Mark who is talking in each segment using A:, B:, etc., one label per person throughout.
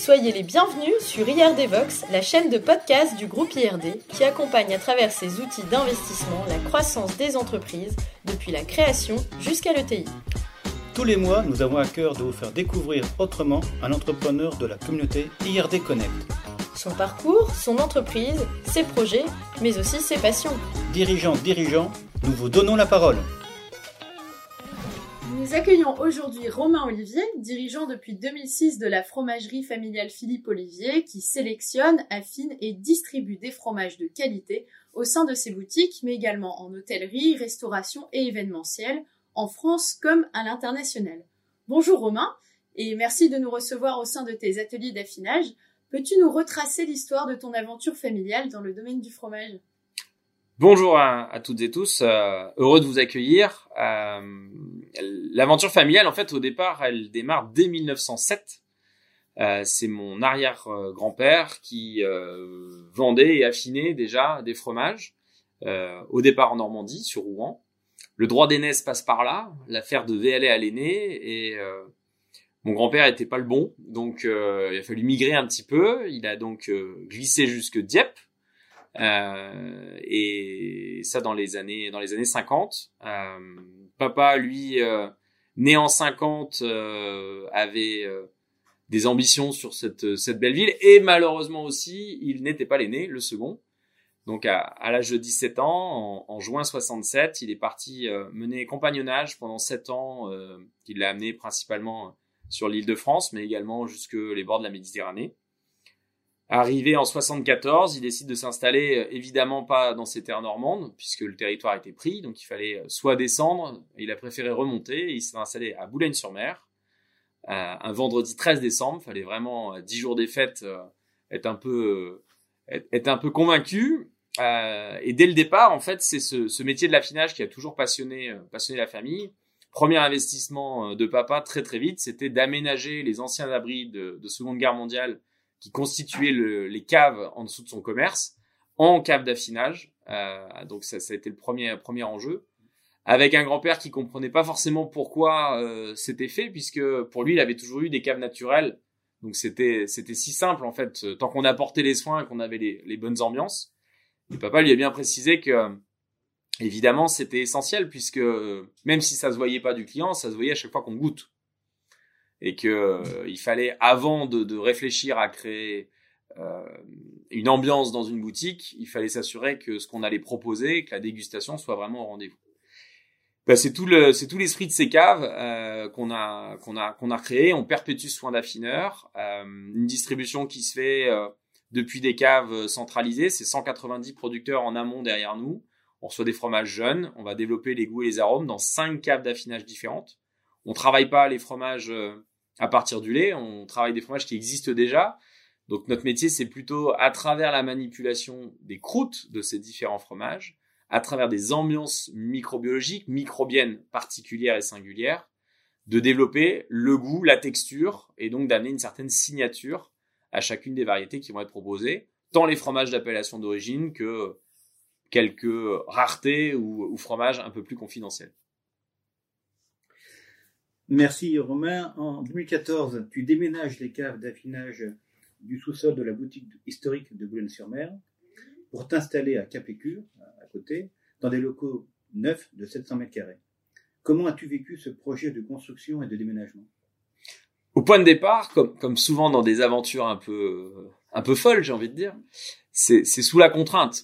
A: Soyez les bienvenus sur IRD Vox, la chaîne de podcast du groupe IRD qui accompagne à travers ses outils d'investissement la croissance des entreprises depuis la création jusqu'à l'ETI.
B: Tous les mois, nous avons à cœur de vous faire découvrir autrement un entrepreneur de la communauté IRD Connect.
A: Son parcours, son entreprise, ses projets, mais aussi ses passions.
B: Dirigeants, nous vous donnons la parole.
A: Nous accueillons aujourd'hui Romain Olivier, dirigeant depuis 2006 de la fromagerie familiale Philippe Olivier, qui sélectionne, affine et distribue des fromages de qualité au sein de ses boutiques, mais également en hôtellerie, restauration et événementiel, en France comme à l'international. Bonjour Romain, et merci de nous recevoir au sein de tes ateliers d'affinage. Peux-tu nous retracer l'histoire de ton aventure familiale dans le domaine du fromage ?
C: Bonjour à toutes et tous, heureux de vous accueillir. L'aventure familiale, en fait, au départ, elle démarre dès 1907. C'est mon arrière-grand-père qui vendait et affinait déjà des fromages, au départ en Normandie, sur Rouen. Le droit d'aînesse passe par là, l'affaire de VLA à l'aîné, et mon grand-père était pas le bon, donc il a fallu migrer un petit peu. Il a donc glissé jusque Dieppe. Et ça dans les années 50. Papa, lui, né en 50, avait des ambitions sur cette belle ville, et malheureusement aussi, il n'était pas l'aîné, le second. Donc à l'âge de 17 ans, en juin 67, il est parti mener compagnonnage pendant 7 ans, qu'il l'a amené principalement sur l'île de France, mais également jusque les bords de la Méditerranée. Arrivé en 74, il décide de s'installer évidemment pas dans ces terres normandes, puisque le territoire était pris, donc il fallait soit descendre, il a préféré remonter, et il s'est installé à Boulogne-sur-Mer, un vendredi 13 décembre, fallait vraiment 10 jours des fêtes être un peu convaincu, et dès le départ, en fait, c'est ce métier de l'affinage qui a toujours passionné la famille. Premier investissement de papa très très vite, c'était d'aménager les anciens abris de Seconde Guerre mondiale qui constituait les caves en dessous de son commerce en cave d'affinage. Donc ça a été le premier enjeu. Avec un grand-père qui comprenait pas forcément pourquoi c'était fait, puisque pour lui, il avait toujours eu des caves naturelles. Donc c'était si simple en fait, tant qu'on apportait les soins et qu'on avait les bonnes ambiances. Et papa lui a bien précisé que évidemment c'était essentiel, puisque même si ça se voyait pas du client, ça se voyait à chaque fois qu'on goûte. Et que il fallait, avant de réfléchir à créer une ambiance dans une boutique, il fallait s'assurer que ce qu'on allait proposer, que la dégustation soit vraiment au rendez-vous. C'est tout l'esprit de ces caves qu'on a créé. On perpétue ce soin d'affineur, une distribution qui se fait depuis des caves centralisées. C'est 190 producteurs en amont derrière nous. On reçoit des fromages jeunes. On va développer les goûts et les arômes dans 5 caves d'affinage différentes. On travaille pas les fromages à partir du lait, on travaille des fromages qui existent déjà. Donc notre métier, c'est plutôt à travers la manipulation des croûtes de ces différents fromages, à travers des ambiances microbiologiques, microbiennes particulières et singulières, de développer le goût, la texture, et donc d'amener une certaine signature à chacune des variétés qui vont être proposées, tant les fromages d'appellation d'origine que quelques raretés ou fromages un peu plus confidentiels.
B: Merci Romain. En 2014, tu déménages les caves d'affinage du sous-sol de la boutique historique de Boulogne-sur-Mer pour t'installer à Capécure, à côté, dans des locaux neufs de 700 mètres carrés. Comment as-tu vécu ce projet de construction et de déménagement ?
C: Au point de départ, comme souvent dans des aventures un peu folles, j'ai envie de dire, c'est sous la contrainte.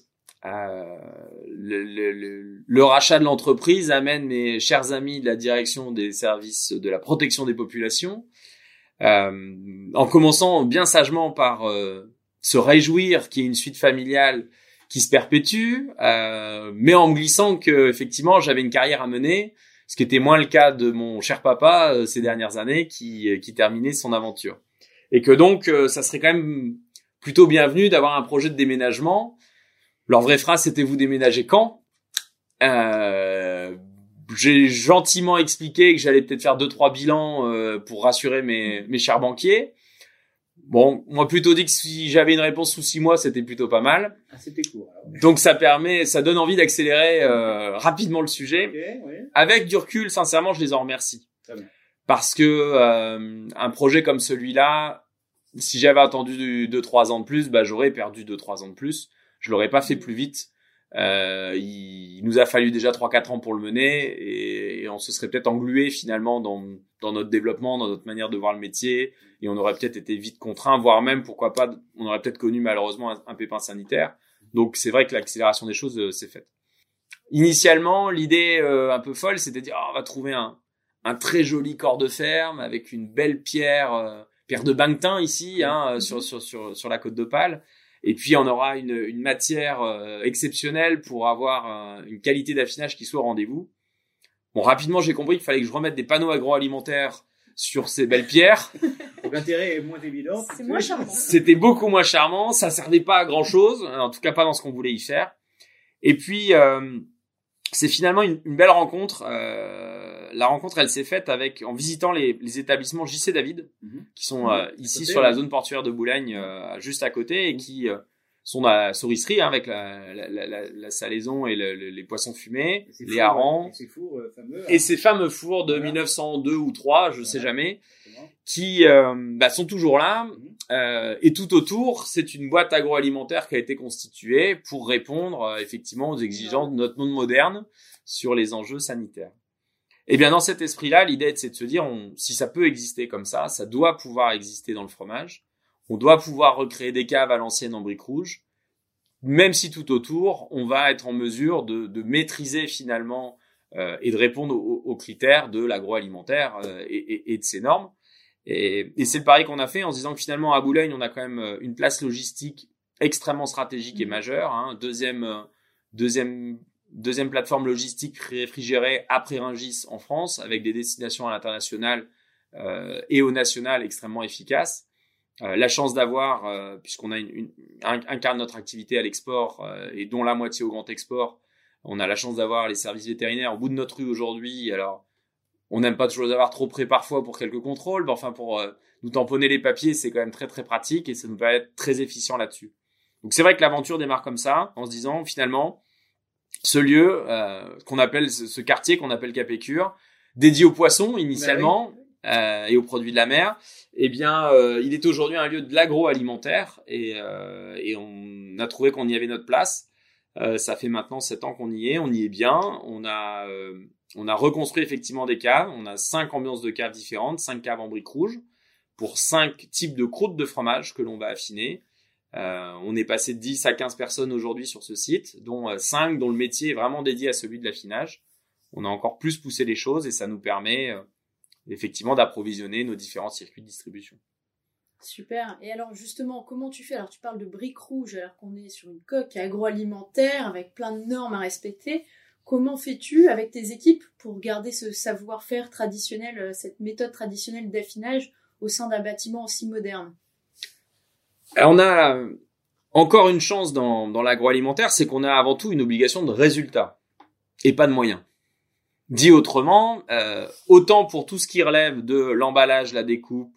C: Le rachat de l'entreprise amène mes chers amis de la direction des services de la protection des populations, en commençant bien sagement par se réjouir qu'il y ait une suite familiale qui se perpétue, mais en me glissant que effectivement j'avais une carrière à mener, ce qui était moins le cas de mon cher papa ces dernières années qui terminait son aventure, et que donc ça serait quand même plutôt bienvenu d'avoir un projet de déménagement. Leur vraie phrase, c'était: vous déménagez quand ? J'ai gentiment expliqué que j'allais peut-être faire 2-3 bilans pour rassurer mes chers banquiers. Bon, moi plutôt dit que si j'avais une réponse sous 6 mois, c'était plutôt pas mal.
B: Ah, c'était court. Alors.
C: Donc ça donne envie d'accélérer rapidement le sujet.
B: Okay, oui.
C: Avec du recul, sincèrement, je les en remercie.
B: Très bien.
C: Parce que un projet comme celui-là, si j'avais attendu 2-3 ans de plus, j'aurais perdu 2-3 ans de plus. Je l'aurais pas fait plus vite. Il nous a fallu déjà 3-4 ans pour le mener et on se serait peut-être englué finalement dans notre développement, dans notre manière de voir le métier et on aurait peut-être été vite contraint, voire même, pourquoi pas, on aurait peut-être connu malheureusement un pépin sanitaire. Donc c'est vrai que l'accélération des choses s'est faite. Initialement, l'idée un peu folle, c'était de dire on va trouver un très joli corps de ferme avec une belle pierre de Bangtin ici, sur la côte d'Opale. Et puis, on aura une matière exceptionnelle pour avoir une qualité d'affinage qui soit au rendez-vous. Bon, rapidement, j'ai compris qu'il fallait que je remette des panneaux agroalimentaires sur ces belles pierres.
B: Donc, l'intérêt est moins évident.
A: C'est moins charmant.
C: C'était beaucoup moins charmant. Ça servait pas à grand-chose. En tout cas, pas dans ce qu'on voulait y faire. Et puis, c'est finalement une belle rencontre. La rencontre, elle s'est faite en visitant les établissements J.C. David, qui sont ici sur la zone portuaire de Boulogne, juste à côté, et qui sont dans la saurisserie, avec la salaison et les poissons fumés, les harengs, et ces fameux fours de 1902 ou 3, je sais jamais, qui sont toujours là. Et tout autour, c'est une boîte agroalimentaire qui a été constituée pour répondre effectivement aux exigences de notre monde moderne sur les enjeux sanitaires. Et bien dans cet esprit-là, l'idée c'est de se dire si ça peut exister comme ça doit pouvoir exister dans le fromage. On doit pouvoir recréer des caves à l'ancienne en briques rouges, même si tout autour, on va être en mesure de maîtriser finalement et de répondre aux critères de l'agroalimentaire et de ses normes. Et c'est le pari qu'on a fait en se disant que finalement à Boulogne, on a quand même une place logistique extrêmement stratégique et majeure. Deuxième plateforme logistique réfrigérée après Rungis en France, avec des destinations à l'international et au national extrêmement efficaces. La chance d'avoir, puisqu'on a un quart de notre activité à l'export et dont la moitié au grand export, on a la chance d'avoir les services vétérinaires au bout de notre rue aujourd'hui. Alors, on n'aime pas toujours les avoir trop près parfois pour quelques contrôles, mais enfin pour nous tamponner les papiers, c'est quand même très très pratique et ça nous permet d'être très efficient là-dessus. Donc c'est vrai que l'aventure démarre comme ça, en se disant finalement, ce lieu qu'on appelle ce quartier qu'on appelle Capécure, dédié aux poissons initialement et aux produits de la mer, eh bien il est aujourd'hui un lieu de l'agroalimentaire et on a trouvé qu'on y avait notre place. Ça fait maintenant 7 ans qu'on y est bien. On a reconstruit effectivement des caves. On a 5 ambiances de caves différentes, 5 caves en briques rouges pour 5 types de croûtes de fromage que l'on va affiner. On est passé de 10 à 15 personnes aujourd'hui sur ce site, dont 5 dont le métier est vraiment dédié à celui de l'affinage. On a encore plus poussé les choses et ça nous permet effectivement d'approvisionner nos différents circuits de distribution.
A: Super. Et alors justement, comment tu fais ? Alors tu parles de briques rouges alors qu'on est sur une coque agroalimentaire avec plein de normes à respecter. Comment fais-tu avec tes équipes pour garder ce savoir-faire traditionnel, cette méthode traditionnelle d'affinage au sein d'un bâtiment aussi moderne ?
C: Alors, on a encore une chance dans l'agroalimentaire, c'est qu'on a avant tout une obligation de résultat et pas de moyens. Dit autrement, autant pour tout ce qui relève de l'emballage, la découpe,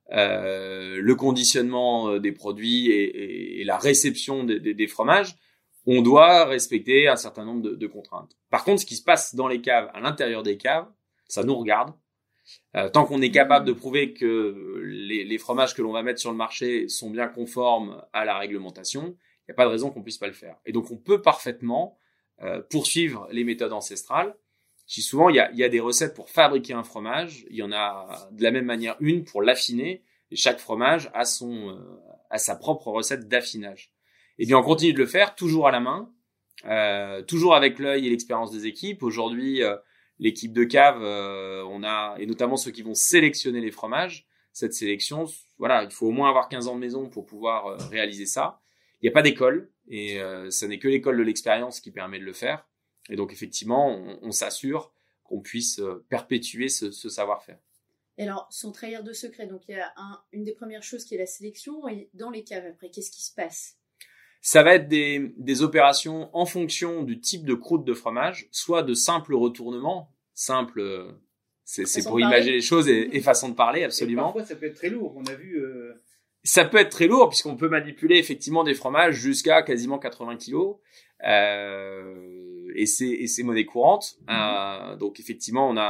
C: le conditionnement des produits et la réception des fromages, on doit respecter un certain nombre de contraintes. Par contre, ce qui se passe dans les caves, à l'intérieur des caves, ça nous regarde. Tant qu'on est capable de prouver que les fromages que l'on va mettre sur le marché sont bien conformes à la réglementation, il n'y a pas de raison qu'on puisse pas le faire. Et donc, on peut parfaitement poursuivre les méthodes ancestrales. Si souvent, il y a des recettes pour fabriquer un fromage, il y en a de la même manière une pour l'affiner, et chaque fromage a sa propre recette d'affinage. Et bien, on continue de le faire, toujours à la main, toujours avec l'œil et l'expérience des équipes. Aujourd'hui, l'équipe de cave, et notamment ceux qui vont sélectionner les fromages, cette sélection, voilà, il faut au moins avoir 15 ans de maison pour pouvoir réaliser ça. Il n'y a pas d'école, et ce n'est que l'école de l'expérience qui permet de le faire. Et donc, effectivement, on s'assure qu'on puisse perpétuer ce savoir-faire.
A: Et alors, sans trahir de secret, donc il y a une des premières choses qui est la sélection, et dans les caves, après, qu'est-ce qui se passe ?
C: Ça va être des opérations en fonction du type de croûte de fromage, soit de simple retournement, simple, c'est pour imaginer les choses et façon de parler, absolument.
B: Et parfois, ça peut être très lourd, on a vu...
C: Ça peut être très lourd, puisqu'on peut manipuler effectivement des fromages jusqu'à quasiment 80 kilos, et c'est monnaie courante. Donc effectivement,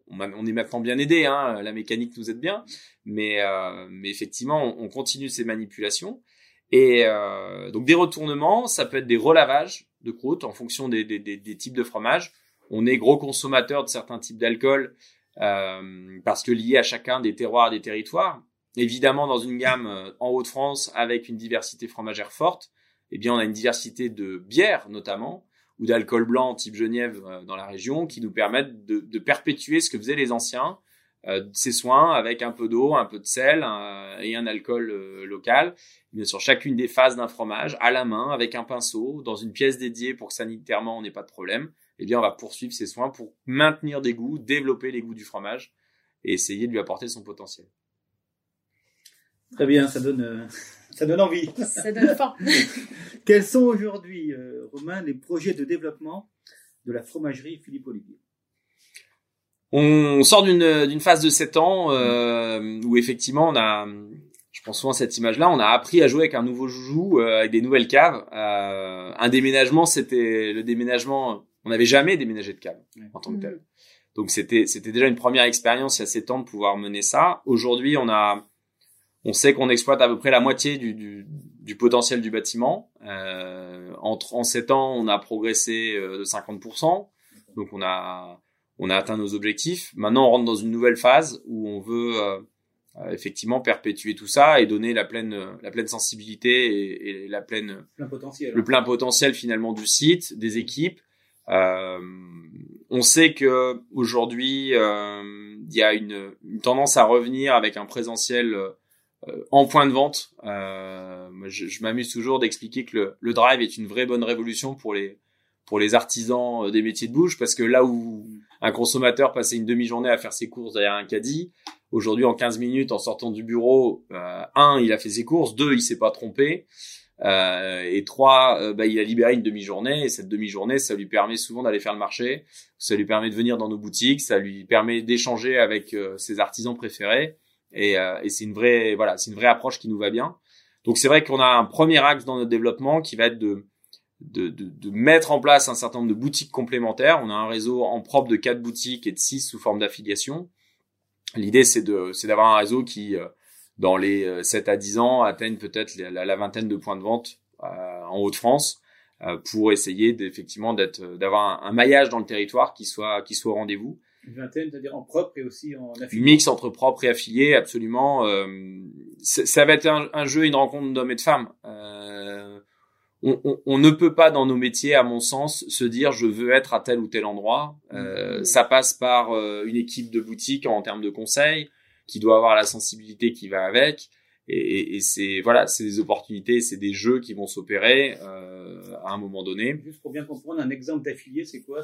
C: on est maintenant bien aidé, hein, la mécanique nous aide bien, mais effectivement, on continue ces manipulations. Et donc des retournements, ça peut être des relavages de croûte en fonction des types de fromage. On est gros consommateur de certains types d'alcool parce que lié à chacun des terroirs, des territoires. Évidemment, dans une gamme en Hauts-de-France avec une diversité fromagère forte, eh bien, on a une diversité de bières notamment ou d'alcool blanc type Genièvre dans la région qui nous permettent de perpétuer ce que faisaient les anciens, ces soins avec un peu d'eau, un peu de sel et un alcool local. Bien sûr, chacune des phases d'un fromage à la main avec un pinceau dans une pièce dédiée pour que sanitairement on n'ait pas de problème. Eh bien, on va poursuivre ces soins pour maintenir des goûts, développer les goûts du fromage et essayer de lui apporter son potentiel.
B: Très bien, ça donne envie.
A: Ça donne faim.
B: Quels sont aujourd'hui, Romain, les projets de développement de la fromagerie Philippe Olivier?
C: On sort d'une phase de 7 ans où effectivement je pense souvent à cette image-là, on a appris à jouer avec un nouveau joujou, avec des nouvelles caves. Un déménagement, c'était le déménagement, on n'avait jamais déménagé de cave en tant que tel. Donc c'était déjà une première expérience il y a 7 ans de pouvoir mener ça. Aujourd'hui, on sait qu'on exploite à peu près la moitié du potentiel du bâtiment. En 7 ans, on a progressé de 50%. Donc on a atteint nos objectifs. Maintenant, on rentre dans une nouvelle phase où on veut effectivement perpétuer tout ça et donner la pleine sensibilité et le plein potentiel finalement du site, des équipes. On sait que aujourd'hui, il y a une tendance à revenir avec un présentiel en point de vente. Je m'amuse toujours d'expliquer que le drive est une vraie bonne révolution pour les artisans des métiers de bouche, parce que là où un consommateur passait une demi-journée à faire ses courses derrière un caddie, aujourd'hui en 15 minutes en sortant du bureau, il a fait ses courses, 2, il s'est pas trompé, et 3, il a libéré une demi-journée, et cette demi-journée, ça lui permet souvent d'aller faire le marché, ça lui permet de venir dans nos boutiques, ça lui permet d'échanger avec ses artisans préférés, et c'est une vraie approche qui nous va bien. Donc c'est vrai qu'on a un premier axe dans notre développement qui va être de mettre en place un certain nombre de boutiques complémentaires. On a un réseau en propre de 4 boutiques et de 6 sous forme d'affiliation. L'idée, c'est d'avoir un réseau qui, dans les 7 à 10 ans, atteigne peut-être la vingtaine de points de vente en Hauts-de-France pour essayer d'avoir un maillage dans le territoire qui soit au rendez-vous.
B: Une vingtaine, c'est-à-dire en propre et aussi en affilié.
C: Mix entre propre et affilié, absolument. Ça va être un jeu, une rencontre d'hommes et de femmes. On ne peut pas dans nos métiers, à mon sens, se dire je veux être à tel ou tel endroit. Ça passe par une équipe de boutique en termes de conseils qui doit avoir la sensibilité qui va avec. Et c'est des opportunités, c'est des jeux qui vont s'opérer à un moment donné.
B: Juste pour bien comprendre, un exemple d'affilié, c'est quoi?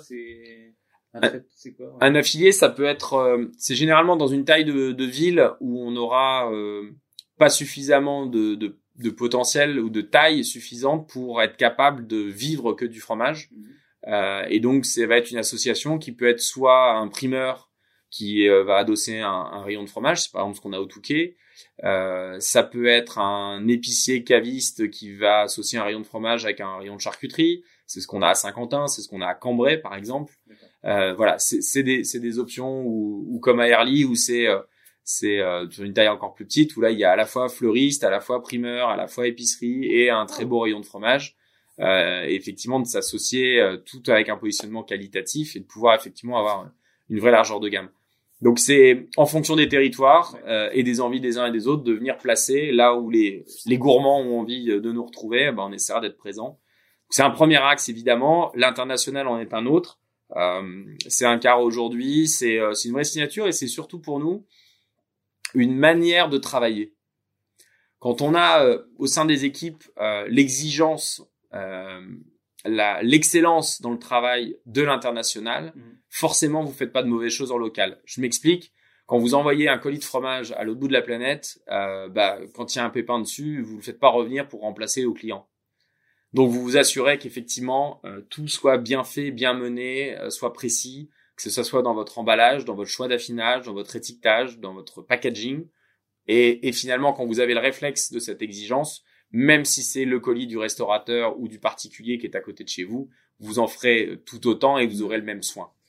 C: Un affilié, ça peut être, c'est généralement dans une taille de ville où on n'aura pas suffisamment de potentiel ou de taille suffisante pour être capable de vivre que du fromage. Et donc, ça va être une association qui peut être soit un primeur qui va adosser un rayon de fromage, c'est par exemple ce qu'on a au Touquet. Ça peut être un épicier caviste qui va associer un rayon de fromage avec un rayon de charcuterie. C'est ce qu'on a à Saint-Quentin, c'est ce qu'on a à Cambrai, par exemple. C'est des options ou comme à Herly où c'est sur une taille encore plus petite où là il y a à la fois fleuriste, à la fois primeur, à la fois épicerie et un très beau rayon de fromage. Et effectivement de s'associer tout avec un positionnement qualitatif et de pouvoir effectivement avoir une vraie largeur de gamme. Donc c'est en fonction des territoires et des envies des uns et des autres de venir placer là où les gourmands ont envie de nous retrouver, on essaiera d'être présent. C'est un premier axe évidemment, l'international en est un autre. C'est un quart aujourd'hui, c'est une vraie signature et c'est surtout pour nous une manière de travailler. Quand on a au sein des équipes l'exigence, l'excellence dans le travail de l'international, forcément vous faites pas de mauvaises choses en local. Je m'explique. Quand vous envoyez un colis de fromage à l'autre bout de la planète, quand il y a un pépin dessus, vous le faites pas revenir pour remplacer au client. Donc vous vous assurez qu'effectivement tout soit bien fait, bien mené, soit précis, que ce soit dans votre emballage, dans votre choix d'affinage, dans votre étiquetage, dans votre packaging. Et finalement, quand vous avez le réflexe de cette exigence, même si c'est le colis du restaurateur ou du particulier qui est à côté de chez vous, vous en ferez tout autant et vous aurez le même soin.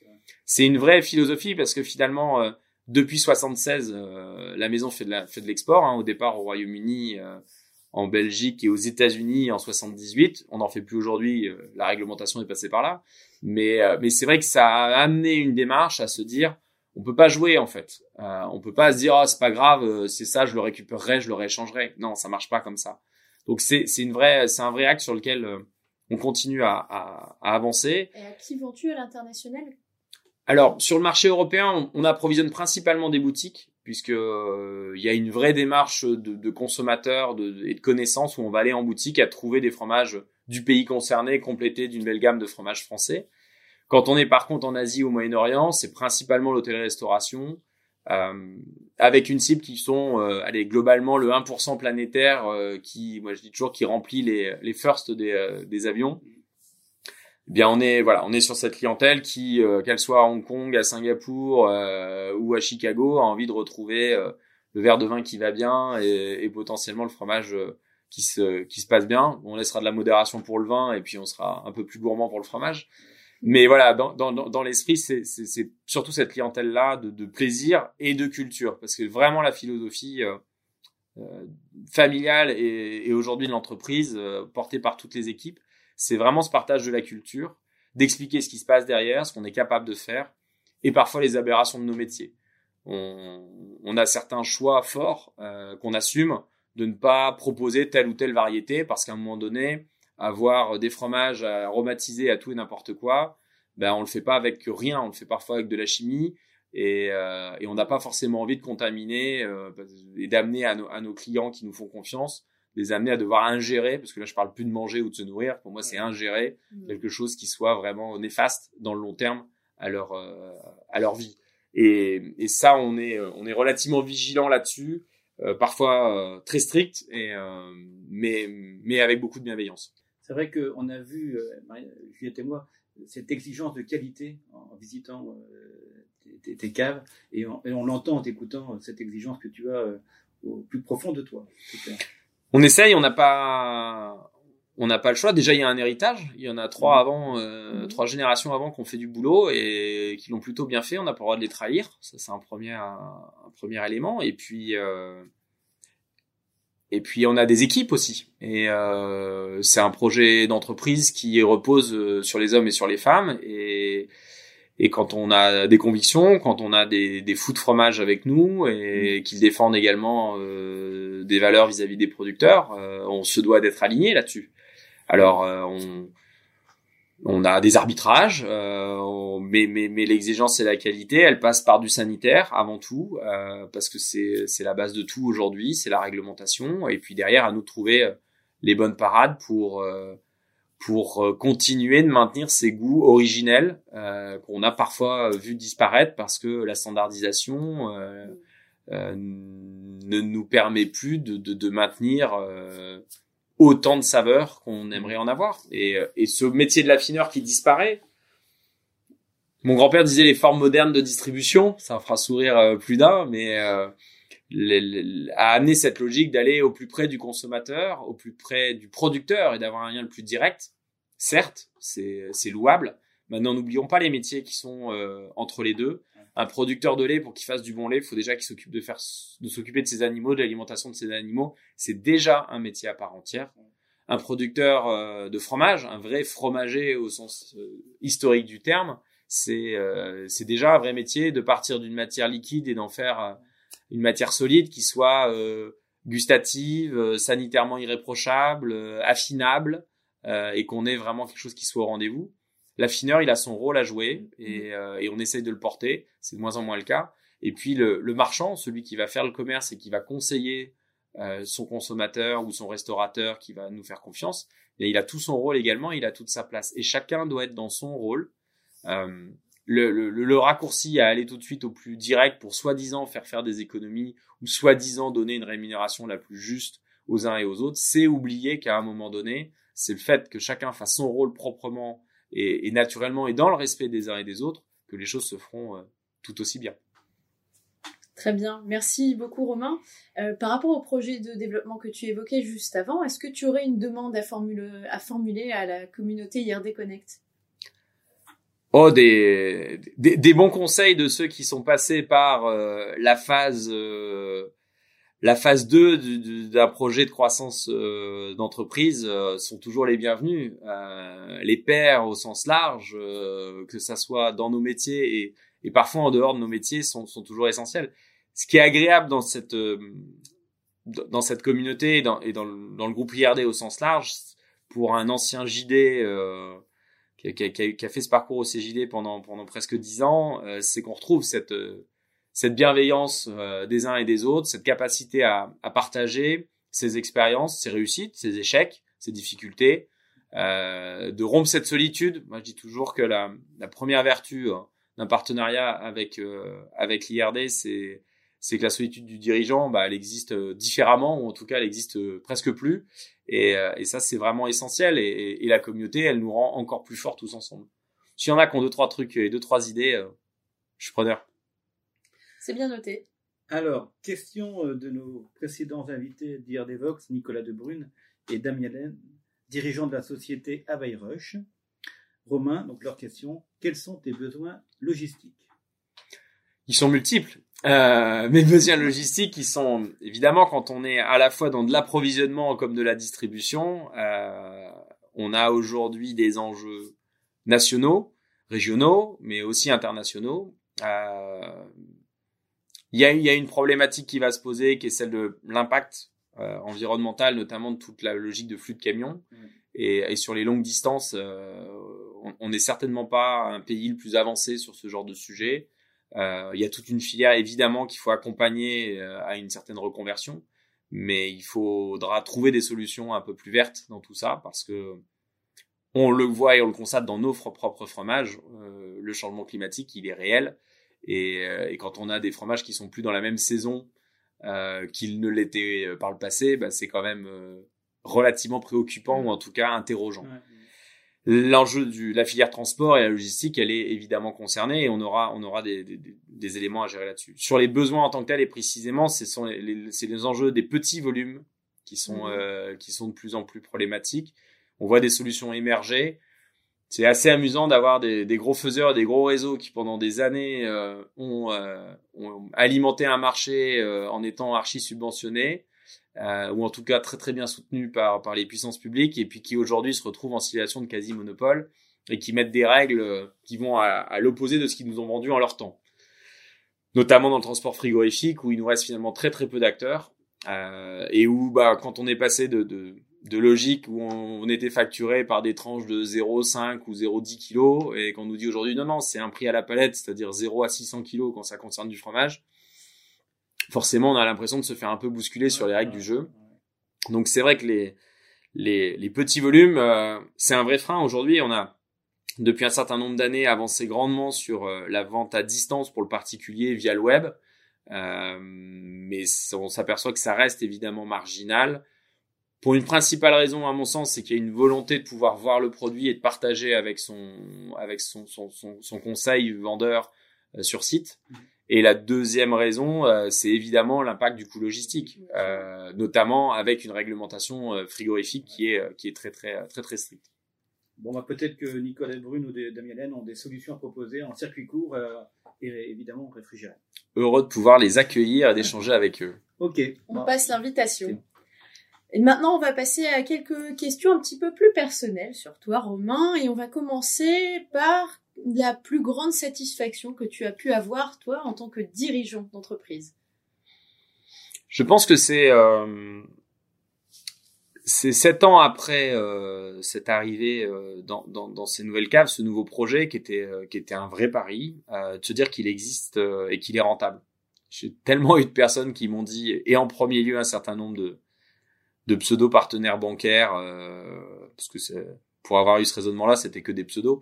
C: c'est une vraie philosophie parce que finalement, depuis 76, la maison fait de l'export. Au départ au Royaume-Uni, en Belgique et aux États-Unis en 78. On n'en fait plus aujourd'hui. La réglementation est passée par là. Mais c'est vrai que ça a amené une démarche à se dire, on peut pas jouer en fait. On peut pas se dire c'est pas grave, c'est ça, je le récupérerai, je le rééchangerai. Non, ça marche pas comme ça. Donc c'est un vrai axe sur lequel on continue à avancer.
A: Et à qui vends-tu à l'international?
C: Alors sur le marché européen, on approvisionne principalement des boutiques puisque il y a une vraie démarche de consommateurs et de connaissances où on va aller en boutique à trouver des fromages du pays concerné complétés d'une belle gamme de fromages français. Quand on est par contre en Asie ou au Moyen-Orient, c'est principalement l'hôtellerie-restauration, avec une cible qui sont, globalement le 1% planétaire moi je dis toujours, qui remplit les firsts des avions. Eh bien on est sur cette clientèle qui, qu'elle soit à Hong Kong, à Singapour ou à Chicago, a envie de retrouver le verre de vin qui va bien et potentiellement le fromage qui se passe bien. On laissera de la modération pour le vin et puis on sera un peu plus gourmand pour le fromage. Mais voilà, dans l'esprit, c'est surtout cette clientèle-là de plaisir et de culture, parce que vraiment la philosophie familiale et aujourd'hui de l'entreprise, portée par toutes les équipes, c'est vraiment ce partage de la culture, d'expliquer ce qui se passe derrière, ce qu'on est capable de faire, et parfois les aberrations de nos métiers. On a certains choix forts qu'on assume de ne pas proposer telle ou telle variété, parce qu'à un moment donné, avoir des fromages aromatisés à tout et n'importe quoi, on le fait pas avec rien, on le fait parfois avec de la chimie et on n'a pas forcément envie de contaminer et d'amener à nos clients qui nous font confiance, les amener à devoir ingérer, parce que là je parle plus de manger ou de se nourrir, pour moi c'est ingérer quelque chose qui soit vraiment néfaste dans le long terme à leur vie. Et ça on est relativement vigilant là-dessus, parfois très strict mais avec beaucoup de bienveillance.
B: C'est vrai qu'on a vu, Juliette et moi, cette exigence de qualité en visitant tes caves, et on l'entend en t'écoutant, cette exigence que tu as au plus profond de toi.
C: On essaye, on n'a pas le choix. Déjà, il y a un héritage. Il y en a trois générations avant qui ont fait du boulot et qui l'ont plutôt bien fait. On n'a pas le droit de les trahir. Ça, c'est un premier élément. Et puis on a des équipes aussi. Et c'est un projet d'entreprise qui repose sur les hommes et sur les femmes. Et quand on a des convictions, quand on a des fous de fromage avec nous et qu'ils défendent également des valeurs vis-à-vis des producteurs, on se doit d'être aligné là-dessus. Alors on a des arbitrages, mais l'exigence et la qualité, elle passe par du sanitaire avant tout, parce que c'est la base de tout aujourd'hui, c'est la réglementation. Et puis derrière, à nous de trouver les bonnes parades pour continuer de maintenir ces goûts originels qu'on a parfois vu disparaître parce que la standardisation ne nous permet plus de maintenir autant de saveurs qu'on aimerait en avoir. Et ce métier de l'affineur qui disparaît, mon grand-père disait les formes modernes de distribution, ça fera sourire plus d'un, mais a amené cette logique d'aller au plus près du consommateur, au plus près du producteur et d'avoir un lien le plus direct. Certes, c'est louable. Maintenant, n'oublions pas les métiers qui sont entre les deux. Un producteur de lait, pour qu'il fasse du bon lait, il faut déjà qu'il s'occupe de s'occuper de ses animaux, de l'alimentation de ses animaux. C'est déjà un métier à part entière. Un producteur de fromage, un vrai fromager au sens historique du terme, c'est déjà un vrai métier de partir d'une matière liquide et d'en faire une matière solide qui soit gustative, sanitairement irréprochable, affinable, et qu'on ait vraiment quelque chose qui soit au rendez-vous. L'affineur, il a son rôle à jouer et on essaye de le porter. C'est de moins en moins le cas. Et puis le marchand, celui qui va faire le commerce et qui va conseiller son consommateur ou son restaurateur qui va nous faire confiance, et il a tout son rôle également, il a toute sa place. Et chacun doit être dans son rôle. Le raccourci à aller tout de suite au plus direct pour soi-disant faire des économies ou soi-disant donner une rémunération la plus juste aux uns et aux autres, c'est oublier qu'à un moment donné, c'est le fait que chacun fasse son rôle proprement et naturellement et dans le respect des uns et des autres que les choses se feront tout aussi bien.
A: Très bien, merci beaucoup Romain. Par rapport au projet de développement que tu évoquais juste avant, est-ce que tu aurais une demande à formuler à la communauté IRD Connect ?
C: des bons conseils de ceux qui sont passés par la phase 2 d'un projet de croissance d'entreprise sont toujours les bienvenus. Les pairs au sens large, que ça soit dans nos métiers et parfois en dehors de nos métiers, sont toujours essentiels. Ce qui est agréable dans cette communauté et dans le groupe IRD au sens large, pour un ancien JD qui a fait ce parcours au CJD pendant presque 10 ans, c'est qu'on retrouve cette bienveillance des uns et des autres, cette capacité à partager ses expériences, ses réussites, ses échecs, ses difficultés, de rompre cette solitude. Moi, je dis toujours que la première vertu d'un partenariat avec l'IRD, c'est que la solitude du dirigeant, elle existe différemment, ou en tout cas, elle existe presque plus. Et ça, c'est vraiment essentiel. Et la communauté, elle nous rend encore plus forts tous ensemble. S'il y en a qui ont 2-3 trucs et 2-3 idées, je suis preneur.
A: C'est bien noté.
B: Alors, question de nos précédents invités d'IRD Vox, Nicolas Debrune et Damien Laine, dirigeants de la société Availrush. Romain, donc leur question, quels sont tes besoins logistiques?
C: Ils sont multiples. Mes besoins logistiques, ils sont évidemment, quand on est à la fois dans de l'approvisionnement comme de la distribution, on a aujourd'hui des enjeux nationaux, régionaux, mais aussi internationaux. Il y a une problématique qui va se poser, qui est celle de l'impact environnemental, notamment de toute la logique de flux de camions. Et sur les longues distances, on n'est certainement pas un pays le plus avancé sur ce genre de sujet. Il y a toute une filière évidemment qu'il faut accompagner à une certaine reconversion, mais il faudra trouver des solutions un peu plus vertes dans tout ça, parce que on le voit et on le constate dans nos propres fromages, le changement climatique il est réel, et quand on a des fromages qui sont plus dans la même saison qu'ils ne l'étaient par le passé, c'est quand même relativement préoccupant, ou en tout cas interrogeant. Ouais. L'enjeu de la filière transport et la logistique, elle est évidemment concernée, et on aura des éléments à gérer là-dessus. Sur les besoins en tant que tels, et précisément, c'est les enjeux des petits volumes qui sont de plus en plus problématiques. On voit des solutions émerger. C'est assez amusant d'avoir des gros faiseurs et des gros réseaux qui, pendant des années, ont alimenté un marché en étant archi-subventionnés. Ou en tout cas très très bien soutenu par les puissances publiques, et puis qui aujourd'hui se retrouvent en situation de quasi-monopole et qui mettent des règles qui vont à l'opposé de ce qu'ils nous ont vendu en leur temps. Notamment dans le transport frigorifique, où il nous reste finalement très très peu d'acteurs, et où quand on est passé de logique où on était facturé par des tranches de 0,5 ou 0,10 kilos, et qu'on nous dit aujourd'hui non, c'est un prix à la palette, c'est-à-dire 0 à 600 kilos quand ça concerne du fromage, forcément, on a l'impression de se faire un peu bousculer sur les règles du jeu. Donc, c'est vrai que les petits volumes, c'est un vrai frein. Aujourd'hui, on a, depuis un certain nombre d'années, avancé grandement sur la vente à distance pour le particulier via le web. Mais on s'aperçoit que ça reste évidemment marginal. Pour une principale raison, à mon sens, c'est qu'il y a une volonté de pouvoir voir le produit et de partager avec son conseil vendeur sur site. Et la deuxième raison, c'est évidemment l'impact du coût logistique, notamment avec une réglementation frigorifique qui est très très très très stricte.
B: Bon, peut-être que Nicolas Brune ou Damien Laine ont des solutions à proposer en circuit court et évidemment réfrigéré.
C: Heureux de pouvoir les accueillir et d'échanger avec eux.
B: Ok.
A: On passe l'invitation. Et maintenant, on va passer à quelques questions un petit peu plus personnelles sur toi, Romain, et on va commencer par la plus grande satisfaction que tu as pu avoir, toi, en tant que dirigeant d'entreprise.
C: Je pense que c'est 7 ans après cette arrivée dans ces nouvelles caves, ce nouveau projet qui était un vrai pari, de se dire qu'il existe et qu'il est rentable. J'ai tellement eu de personnes qui m'ont dit, et en premier lieu un certain nombre de pseudo-partenaires bancaires, parce que pour avoir eu ce raisonnement-là, c'était que des pseudos,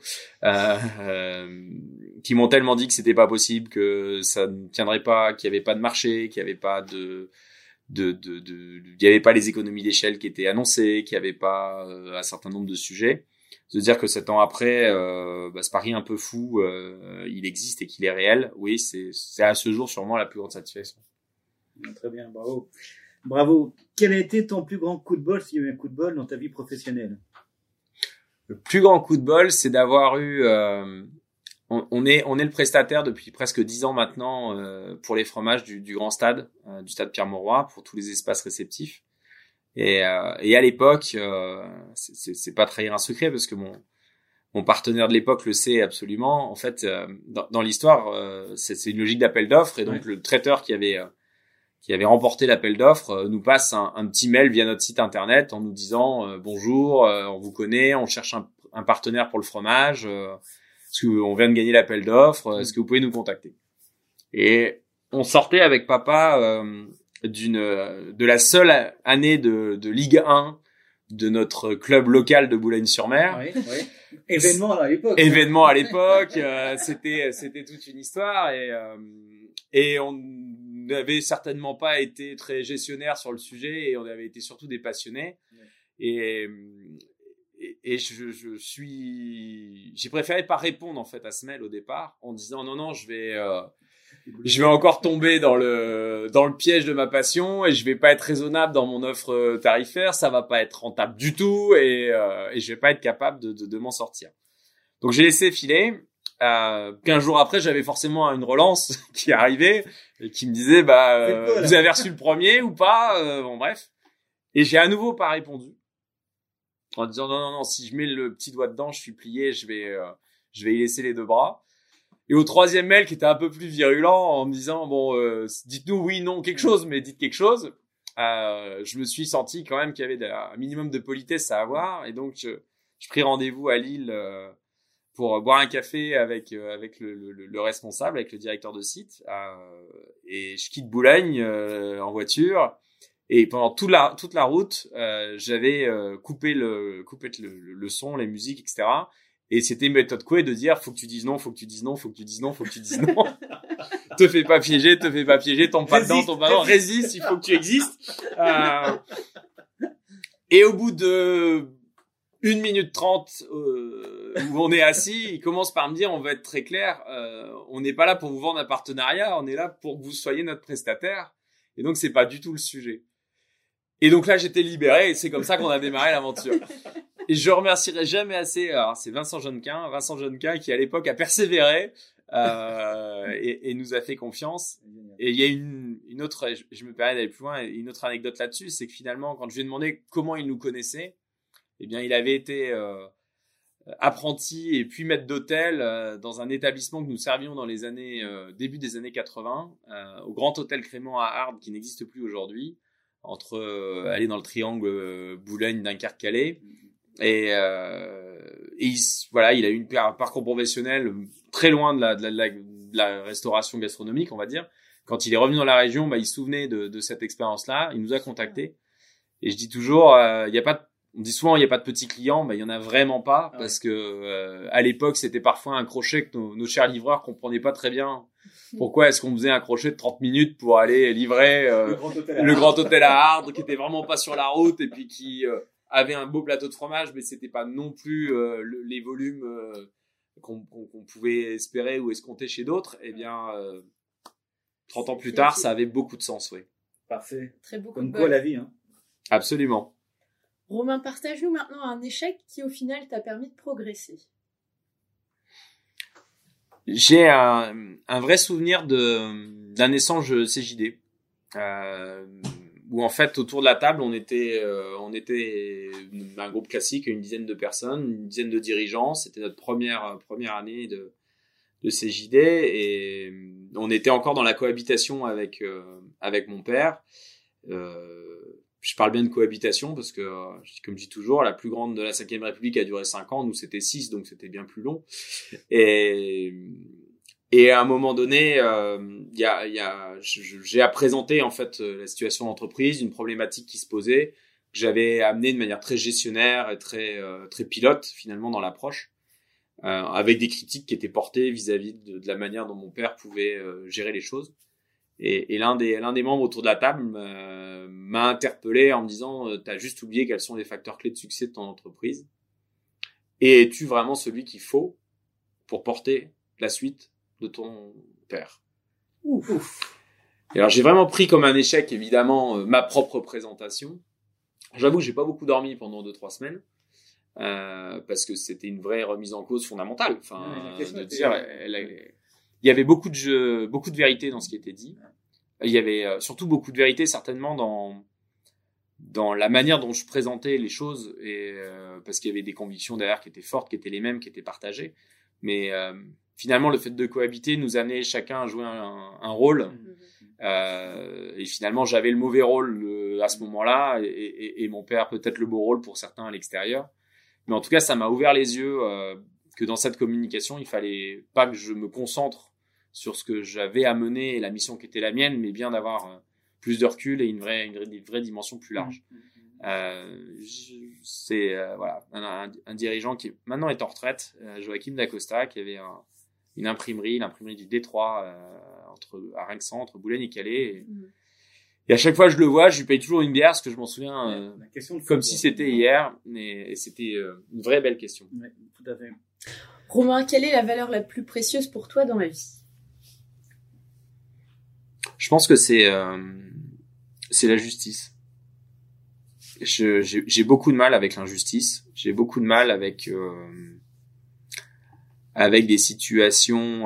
C: qui m'ont tellement dit que c'était pas possible, que ça ne tiendrait pas, qu'il y avait pas de marché, qu'il y avait pas il y avait pas les économies d'échelle qui étaient annoncées, qu'il y avait pas un certain nombre de sujets. Se dire que 7 ans après, ce pari un peu fou, il existe et qu'il est réel, oui, c'est à ce jour sûrement la plus grande satisfaction.
B: Très bien, bravo. Bravo. Quel a été ton plus grand coup de bol, s'il y a eu un coup de bol dans ta vie professionnelle?
C: Le plus grand coup de bol, c'est d'avoir eu on est le prestataire depuis presque 10 ans maintenant pour les fromages du grand stade, du stade Pierre-Mauroy, pour tous les espaces réceptifs. Et à l'époque, c'est pas trahir un secret parce que mon partenaire de l'époque le sait absolument. En fait, dans l'histoire, c'est une logique d'appel d'offres et donc le traiteur qui avait remporté l'appel d'offres nous passe un petit mail via notre site internet en nous disant bonjour, on vous connaît, on cherche un partenaire pour le fromage. Est-ce qu'on vient de gagner l'appel d'offres? Est-ce que vous pouvez nous contacter? Et on sortait avec papa de la seule année de Ligue 1 de notre club local de Boulogne-sur-Mer.
B: Oui. Événement à l'époque.
C: C'était toute une histoire et on n'avait certainement pas été très gestionnaire sur le sujet et on avait été surtout des passionnés. Et j'ai préféré pas répondre en fait à ce mail au départ en disant non, je vais encore tomber dans le piège de ma passion et je vais pas être raisonnable dans mon offre tarifaire, ça va pas être rentable du tout et je vais pas être capable de m'en sortir. Donc j'ai laissé filer. 15 jours après, j'avais forcément une relance qui arrivait et qui me disait vous avez reçu le premier ou pas, bon bref. Et j'ai à nouveau pas répondu. En disant non, si je mets le petit doigt dedans, je suis plié, je vais y laisser les deux bras. Et au troisième mail qui était un peu plus virulent en me disant dites-nous oui, non, quelque chose, mais dites quelque chose. Je me suis senti quand même qu'il y avait un minimum de politesse à avoir et donc je pris rendez-vous à Lille pour boire un café avec le responsable, avec le directeur de site et je quitte Boulogne en voiture. Et pendant toute la route, j'avais coupé le son, les musiques, etc. Et c'était une méthode Coué de dire faut que tu dises non, faut que tu dises non, faut que tu dises non, faut que tu dises non. Te fais pas piéger, tombe pas dedans, résiste, il faut que tu existes. Et au bout de 1 minute 30 où on est assis, il commence par me dire on va être très clair, on n'est pas là pour vous vendre un partenariat, on est là pour que vous soyez notre prestataire. Et donc c'est pas du tout le sujet. Et donc là, j'étais libéré et c'est comme ça qu'on a démarré l'aventure. Et je remercierai jamais assez, alors c'est Vincent Jonnequin qui à l'époque a persévéré et nous a fait confiance. Et il y a une autre, je me permets d'aller plus loin, une autre anecdote là-dessus, c'est que finalement, quand je lui ai demandé comment il nous connaissait, eh bien, il avait été apprenti et puis maître d'hôtel dans un établissement que nous servions dans les années début des années 80, au Grand Hôtel Crémant à Ardes, qui n'existe plus aujourd'hui, entre aller dans le triangle Boulogne, Dunkerque, Calais. Et il a eu un parcours professionnel très loin de la restauration gastronomique, on va dire. Quand il est revenu dans la région, il se souvenait de cette expérience-là. Il nous a contactés. Et je dis toujours, on dit souvent, il n'y a pas de petits clients. Il y en a vraiment pas, parce que à l'époque, c'était parfois un crochet que nos chers livreurs comprenaient pas très bien. Pourquoi est-ce qu'on faisait un crochet de 30 minutes pour aller livrer le Grand Hôtel à Ardes, qui était vraiment pas sur la route et puis qui avait un beau plateau de fromage, mais c'était pas non plus les volumes qu'on pouvait espérer ou escompter chez d'autres. Eh bien, 30 ans plus tard, ça avait beaucoup de sens, oui.
B: Parfait.
A: Très beau.
B: Comme quoi la vie, hein.
C: Absolument.
A: Romain, partage-nous maintenant un échec qui au final t'a permis de progresser.
C: J'ai un vrai souvenir d'un échange CJD où en fait autour de la table on était un groupe classique, une dizaine de personnes, une dizaine de dirigeants. C'était notre première année de CJD et on était encore dans la cohabitation avec mon père. Je parle bien de cohabitation parce que, comme je dis toujours, la plus grande de la 5e République a duré 5 ans. Nous, c'était 6, donc c'était bien plus long. Et à un moment donné, j'ai à présenter, en fait, la situation d'entreprise, une problématique qui se posait, que j'avais amenée de manière très gestionnaire et très pilote, finalement, dans l'approche, avec des critiques qui étaient portées vis-à-vis de la manière dont mon père pouvait gérer les choses. Et l'un des membres autour de la table m'a interpellé en me disant t'as juste oublié quels sont les facteurs clés de succès de ton entreprise et es-tu vraiment celui qu'il faut pour porter la suite de ton père. Ouf. Et alors j'ai vraiment pris comme un échec évidemment ma propre présentation. J'avoue que j'ai pas beaucoup dormi pendant 2-3 semaines parce que c'était une vraie remise en cause fondamentale. Enfin, de
B: était...
C: dire, il y avait beaucoup de vérité dans ce qui était dit. Il y avait surtout beaucoup de vérité certainement dans la manière dont je présentais les choses, et parce qu'il y avait des convictions derrière qui étaient fortes, qui étaient les mêmes, qui étaient partagées. Mais finalement, le fait de cohabiter nous amenait chacun à jouer un rôle. Et finalement, j'avais le mauvais rôle à ce moment-là, et mon père peut-être le beau rôle pour certains à l'extérieur. Mais en tout cas, ça m'a ouvert les yeux que dans cette communication, il fallait pas que je me concentre sur ce que j'avais à mener et la mission qui était la mienne, mais bien d'avoir plus de recul et une vraie dimension plus large. C'est voilà un dirigeant qui maintenant est en retraite, Joachim Dacosta, qui avait l'imprimerie du Détroit à Rinxan, entre Boulogne et Calais. Et à chaque fois que je le vois, je lui paye toujours une bière parce que je m'en souviens comme si c'était hier. Et c'était une vraie belle question.
B: Oui, tout à fait.
A: Romain, quelle est la valeur la plus précieuse pour toi dans la vie ?
C: Je pense que c'est la justice. J'ai beaucoup de mal avec l'injustice. J'ai beaucoup de mal avec des situations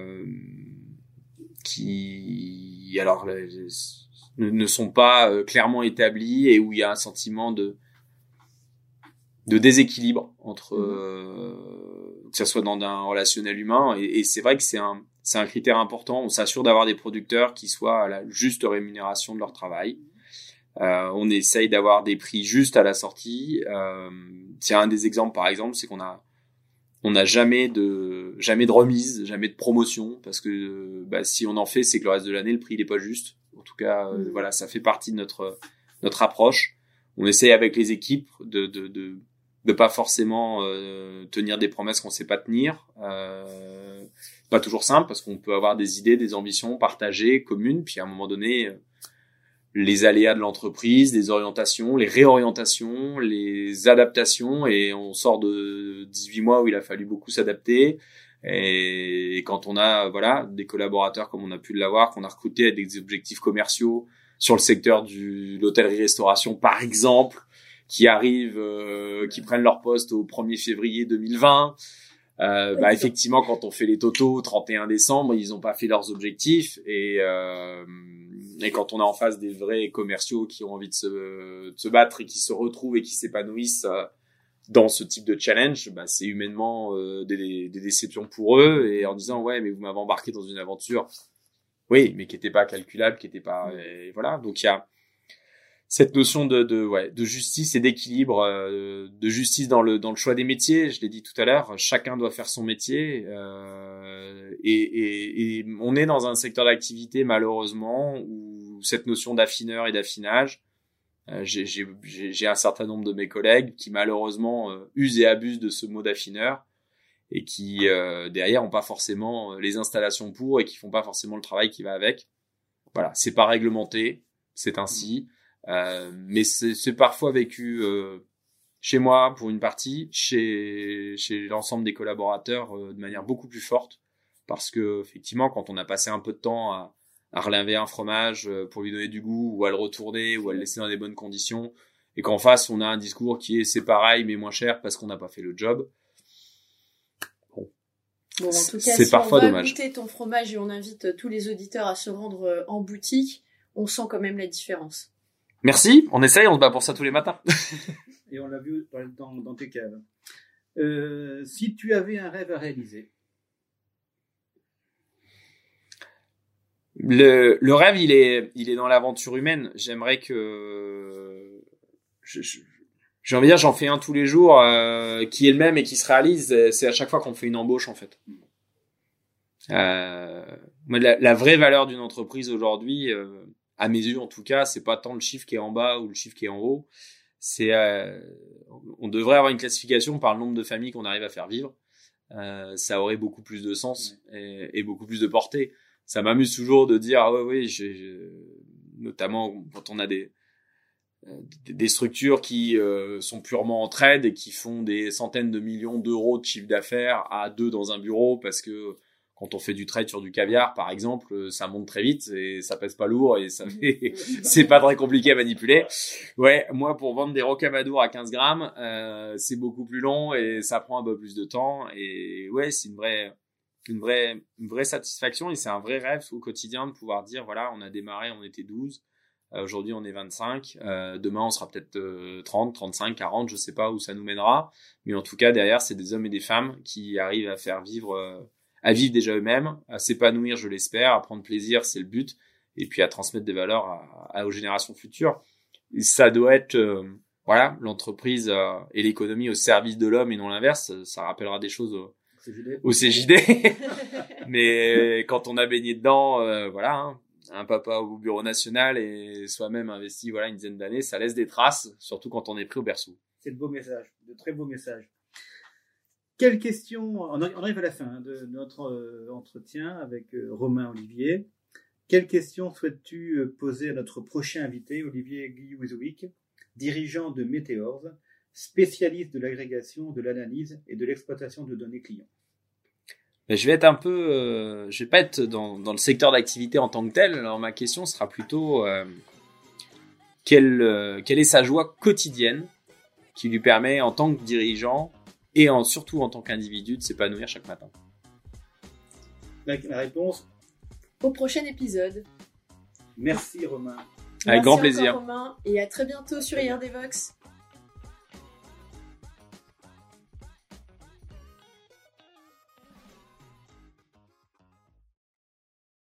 C: qui alors ne sont pas clairement établies et où il y a un sentiment de déséquilibre entre que ça soit dans un relationnel humain, et c'est vrai que c'est un critère important. On s'assure d'avoir des producteurs qui soient à la juste rémunération de leur travail. On essaye d'avoir des prix justes à la sortie. Tiens, un des exemples, par exemple, c'est qu'on a jamais de remise, jamais de promotion, parce que si on en fait, c'est que le reste de l'année, le prix il est pas juste. En tout cas, voilà, ça fait partie de notre approche. On essaye avec les équipes de pas forcément tenir des promesses qu'on sait pas tenir. Pas toujours simple, parce qu'on peut avoir des idées, des ambitions partagées, communes, puis à un moment donné, les aléas de l'entreprise, les orientations, les réorientations, les adaptations, et on sort de 18 mois où il a fallu beaucoup s'adapter. Et quand on a des collaborateurs comme on a pu l'avoir, qu'on a recruté avec des objectifs commerciaux sur le secteur de l'hôtellerie-restauration par exemple, qui arrivent, qui prennent leur poste au 1er février 2020, effectivement, quand on fait les totaux au 31 décembre, ils n'ont pas fait leurs objectifs, et quand on est en face des vrais commerciaux qui ont envie de se battre et qui se retrouvent et qui s'épanouissent dans ce type de challenge, c'est humainement des déceptions pour eux, et en disant ouais, mais vous m'avez embarqué dans une aventure, oui, mais qui était pas calculable, qui était pas, et voilà. Donc il y a cette notion de justice et d'équilibre, de justice dans le choix des métiers. Je l'ai dit tout à l'heure, chacun doit faire son métier, et on est dans un secteur d'activité malheureusement où cette notion d'affineur et d'affinage, j'ai un certain nombre de mes collègues qui malheureusement usent et abusent de ce mot d'affineur, et qui derrière ont pas forcément les installations pour, et qui font pas forcément le travail qui va avec. Voilà, c'est pas réglementé, c'est ainsi. Mais c'est parfois vécu chez moi pour une partie, chez l'ensemble des collaborateurs de manière beaucoup plus forte, parce que effectivement, quand on a passé un peu de temps à relaver un fromage pour lui donner du goût, ou à le retourner, ou à le laisser dans des bonnes conditions, et qu'en face on a un discours qui est c'est pareil mais moins cher parce qu'on n'a pas fait le job.
A: Bon, en tout cas,
C: c'est
A: si
C: parfois
A: on va
C: dommage.
A: goûter ton fromage, et on invite tous les auditeurs à se rendre en boutique, on sent quand même la différence.
C: Merci, on essaye, on se bat pour ça tous les matins.
B: Et on l'a vu dans tes caves. Si tu avais un rêve à réaliser.
C: Le rêve, il est dans l'aventure humaine. J'aimerais que j'ai envie de dire, j'en fais un tous les jours qui est le même et qui se réalise. C'est à chaque fois qu'on fait une embauche, en fait. La vraie valeur d'une entreprise aujourd'hui, à mes yeux en tout cas, c'est pas tant le chiffre qui est en bas ou le chiffre qui est en haut. C'est on devrait avoir une classification par le nombre de familles qu'on arrive à faire vivre. Ça aurait beaucoup plus de sens et beaucoup plus de portée. Ça m'amuse toujours de dire notamment quand on a des structures qui sont purement en trade et qui font des centaines de millions d'euros de chiffre d'affaires à deux dans un bureau, parce que quand on fait du trade sur du caviar, par exemple, ça monte très vite et ça pèse pas lourd et c'est pas très compliqué à manipuler. Ouais, moi, pour vendre des rocamadours à 15 grammes, c'est beaucoup plus long et ça prend un peu plus de temps. Et ouais, c'est une vraie satisfaction et c'est un vrai rêve au quotidien de pouvoir dire, voilà, on a démarré, on était 12. Aujourd'hui, on est 25. Demain, on sera peut-être 30, 35, 40, je sais pas où ça nous mènera. Mais en tout cas, derrière, c'est des hommes et des femmes qui arrivent à faire vivre, à vivre déjà eux-mêmes, à s'épanouir, je l'espère, à prendre plaisir, c'est le but, et puis à transmettre des valeurs aux générations futures. Et ça doit être, voilà, l'entreprise et l'économie au service de l'homme et non l'inverse. Ça rappellera des choses au CJD. Mais quand on a baigné dedans, voilà, hein, un papa au bureau national et soi-même investi, voilà, une dizaine d'années, ça laisse des traces, surtout quand on est pris au berceau.
B: C'est de beaux messages, de très beaux messages. Quelle question, on arrive à la fin de notre entretien avec Romain Olivier. Quelle question souhaites-tu poser à notre prochain invité, Olivier Guillou-Zouik, dirigeant de Meteors, spécialiste de l'agrégation, de l'analyse et de l'exploitation de données clients?
C: Je vais être un peu, je vais pas être dans le secteur d'activité en tant que tel. Alors ma question sera plutôt quelle est sa joie quotidienne qui lui permet en tant que dirigeant et surtout en tant qu'individu de s'épanouir chaque matin.
B: La réponse
A: au prochain épisode.
B: Merci Romain.
C: Avec grand plaisir.
A: Romain, et à très bientôt sur IRD Vox.